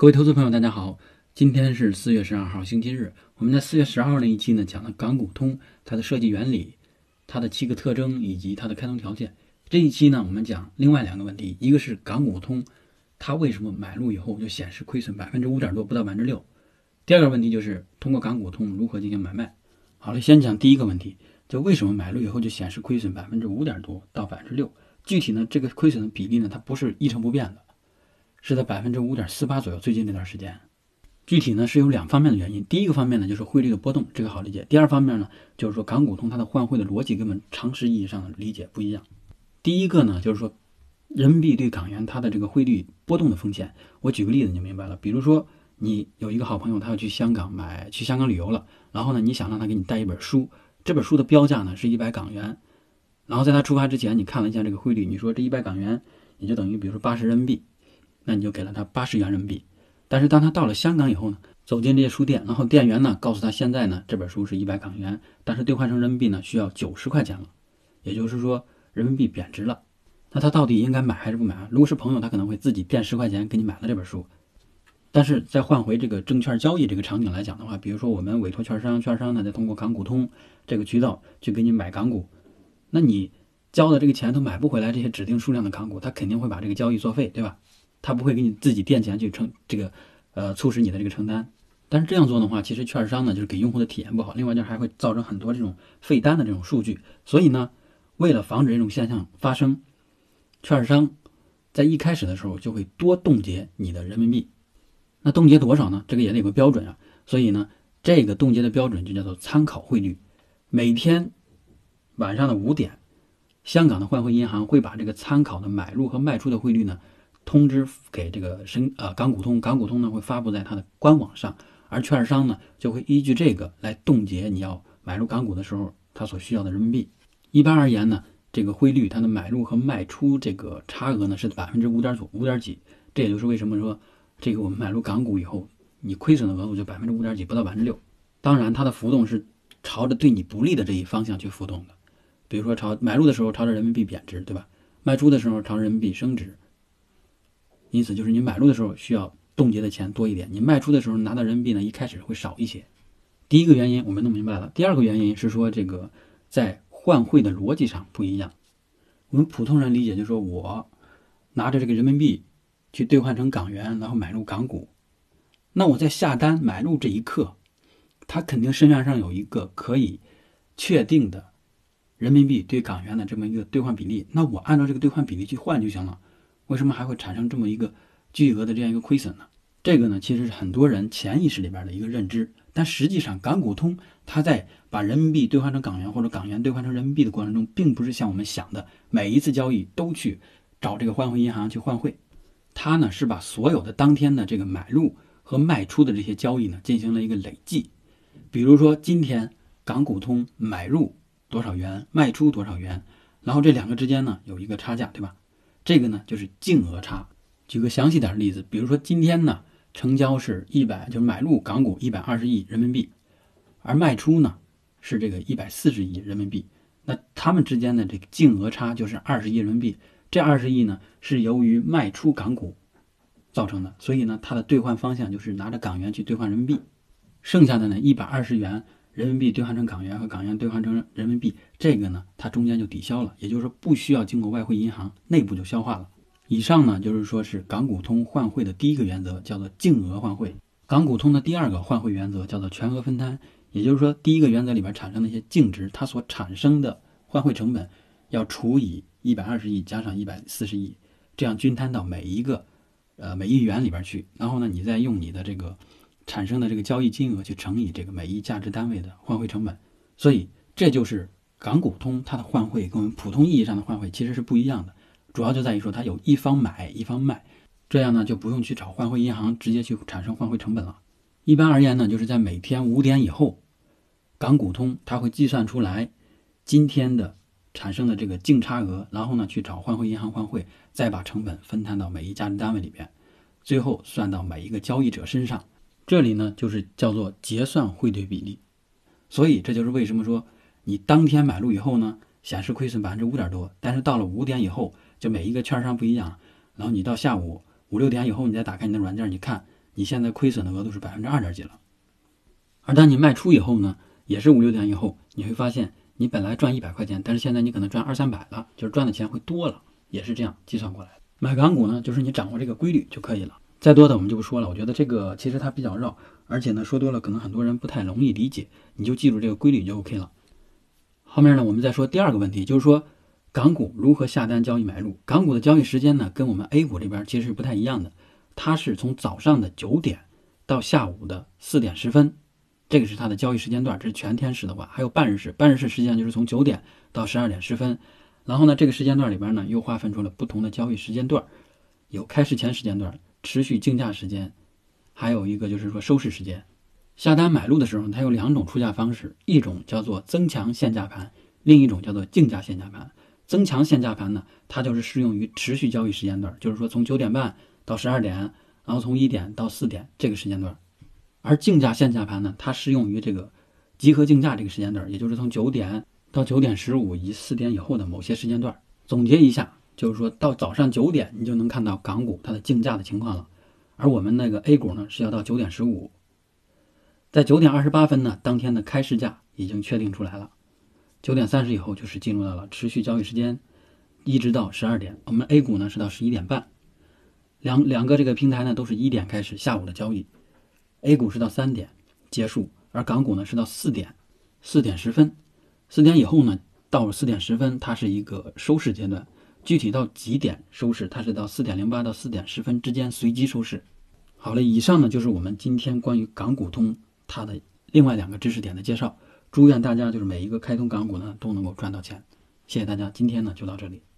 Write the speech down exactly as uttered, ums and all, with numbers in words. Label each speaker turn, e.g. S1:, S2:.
S1: 各位投资朋友，大家好，今天是四月十二号，星期日。我们在四月十二号那一期呢，讲了港股通它的设计原理、它的七个特征以及它的开通条件。这一期呢，我们讲另外两个问题，一个是港股通它为什么买入以后就显示亏损百分之五点多，不到百分之六。第二个问题就是通过港股通如何进行买卖。好了，先讲第一个问题，就为什么买入以后就显示亏损百分之五点多到百分之六？具体呢，这个亏损的比例呢，它不是一成不变的。是在百分之五点四八左右，最近这段时间，具体呢是有两方面的原因。第一个方面呢就是汇率的波动，这个好理解。第二方面呢就是说港股通它的换汇的逻辑跟我们常识意义上的理解不一样。第一个呢就是说人民币对港元它的这个汇率波动的风险。我举个例子你就明白了。比如说你有一个好朋友，他要去香港买去香港旅游了，然后呢你想让他给你带一本书，这本书的标价呢是一百港元，然后在他出发之前你看了一下这个汇率，你说这一百港元也就等于比如说八十人民币。那你就给了他八十元人民币，但是当他到了香港以后呢，走进这些书店，然后店员呢告诉他现在呢这本书是一百港元，但是兑换成人民币呢需要九十块钱了，也就是说人民币贬值了。那他到底应该买还是不买？如果是朋友，他可能会自己垫十块钱给你买了这本书。但是再换回这个证券交易这个场景来讲的话，比如说我们委托券商，券商呢再通过港股通这个渠道去给你买港股，那你交的这个钱都买不回来这些指定数量的港股，他肯定会把这个交易作废，对吧？他不会给你自己垫钱去承这个，呃，促使你的这个承担。但是这样做的话，其实券商呢就是给用户的体验不好，另外就是还会造成很多这种废单的这种数据。所以呢，为了防止这种现象发生，券商在一开始的时候就会多冻结你的人民币。那冻结多少呢？这个也得有个标准啊。所以呢，这个冻结的标准就叫做参考汇率。每天晚上的五点，香港的换汇银行会把这个参考的买入和卖出的汇率呢通知给这个深呃港股通，港股通呢会发布在它的官网上，而券商呢就会依据这个来冻结你要买入港股的时候它所需要的人民币。一般而言呢，这个汇率它的买入和卖出这个差额呢是百分之五点五点几，这也就是为什么说这个我们买入港股以后，你亏损的额度就百分之五点几，不到百分之六。当然它的浮动是朝着对你不利的这一方向去浮动的，比如说朝买入的时候朝着人民币贬值，对吧？卖出的时候朝着人民币升值。因此就是你买入的时候需要冻结的钱多一点，你卖出的时候拿到人民币呢一开始会少一些。第一个原因我们弄明白了。第二个原因是说这个在换汇的逻辑上不一样。我们普通人理解就是说我拿着这个人民币去兑换成港元，然后买入港股，那我在下单买入这一刻，它肯定市面上有一个可以确定的人民币对港元的这么一个兑换比例，那我按照这个兑换比例去换就行了。为什么还会产生这么一个巨额的这样一个亏损呢？这个呢其实是很多人潜意识里边的一个认知，但实际上港股通它在把人民币兑换成港元或者港元兑换成人民币的过程中，并不是像我们想的每一次交易都去找这个换汇银行去换汇。它呢是把所有的当天的这个买入和卖出的这些交易呢进行了一个累计。比如说今天港股通买入多少元，卖出多少元，然后这两个之间呢有一个差价，对吧？这个呢就是净额差。举个详细点的例子，比如说今天呢成交是一百，就是买入港股一百二十亿人民币，而卖出呢是这个一百四十亿人民币，那他们之间的这个净额差就是二十亿人民币。这二十亿呢是由于卖出港股造成的，所以呢它的兑换方向就是拿着港元去兑换人民币，剩下的呢一百二十元人民币兑换成港元和港元兑换成人民币，这个呢它中间就抵消了，也就是说不需要经过外汇银行，内部就消化了。以上呢就是说是港股通换汇的第一个原则，叫做净额换汇。港股通的第二个换汇原则叫做全额分摊，也就是说第一个原则里边产生的一些净值，它所产生的换汇成本要除以一百二十亿加上一百四十亿，这样均摊到每一个呃每一元里边去，然后呢你再用你的这个产生的这个交易金额去乘以这个每一价值单位的换汇成本。所以这就是港股通它的换汇跟我们普通意义上的换汇其实是不一样的，主要就在于说它有一方买一方卖，这样呢就不用去找换汇银行直接去产生换汇成本了。一般而言呢，就是在每天五点以后，港股通它会计算出来今天的产生的这个净差额，然后呢去找换汇银行换汇，再把成本分摊到每一价值单位里边，最后算到每一个交易者身上。这里呢就是叫做结算汇兑比例。所以这就是为什么说你当天买入以后呢显示亏损百分之五点多，但是到了五点以后，就每一个券商不一样，然后你到下午五六点以后，你再打开你的软件，你看你现在亏损的额度是百分之二点几了。而当你卖出以后呢，也是五六年以后，你会发现你本来赚一百块钱，但是现在你可能赚二三百了，就是赚的钱会多了，也是这样计算过来的。买港股呢，就是你掌握这个规律就可以了。再多的我们就不说了，我觉得这个其实它比较绕，而且呢说多了可能很多人不太容易理解，你就记住这个规律就 OK 了。后面呢我们再说第二个问题，就是说港股如何下单交易买入。港股的交易时间呢跟我们 A 股这边其实是不太一样的，它是从早上的九点到下午的四点十分，这个是它的交易时间段，这是全天时的话。还有半日式，半日式实际上就是从九点到十二点十分。然后呢这个时间段里边呢又划分出了不同的交易时间段，有开市前时间段、持续竞价时间，还有一个就是说收市时间。下单买入的时候它有两种出价方式，一种叫做增强限价盘，另一种叫做竞价限价盘。增强限价盘呢，它就是适用于持续交易时间段，就是说从九点半到十二点，然后从一点到四点这个时间段。而竞价限价盘呢，它适用于这个集合竞价这个时间段，也就是从九点到九点十五以及四点以后的某些时间段。总结一下，就是说到早上九点你就能看到港股它的竞价的情况了，而我们那个 A 股呢是要到九点十五。在九点二十八分呢，当天的开市价已经确定出来了。九点三十以后就是进入到了持续交易时间，一直到十二点。我们 A 股呢是到十一点半，两两个这个平台呢都是一点开始下午的交易。A 股是到三点结束，而港股呢是到四点，四点十分。四点以后呢，到四点十分，它是一个收市阶段。具体到几点收市，它是到四点零八到四点十分之间随机收市。好了，以上呢就是我们今天关于港股通它的另外两个知识点的介绍。祝愿大家就是每一个开通港股呢都能够赚到钱。谢谢大家，今天呢就到这里。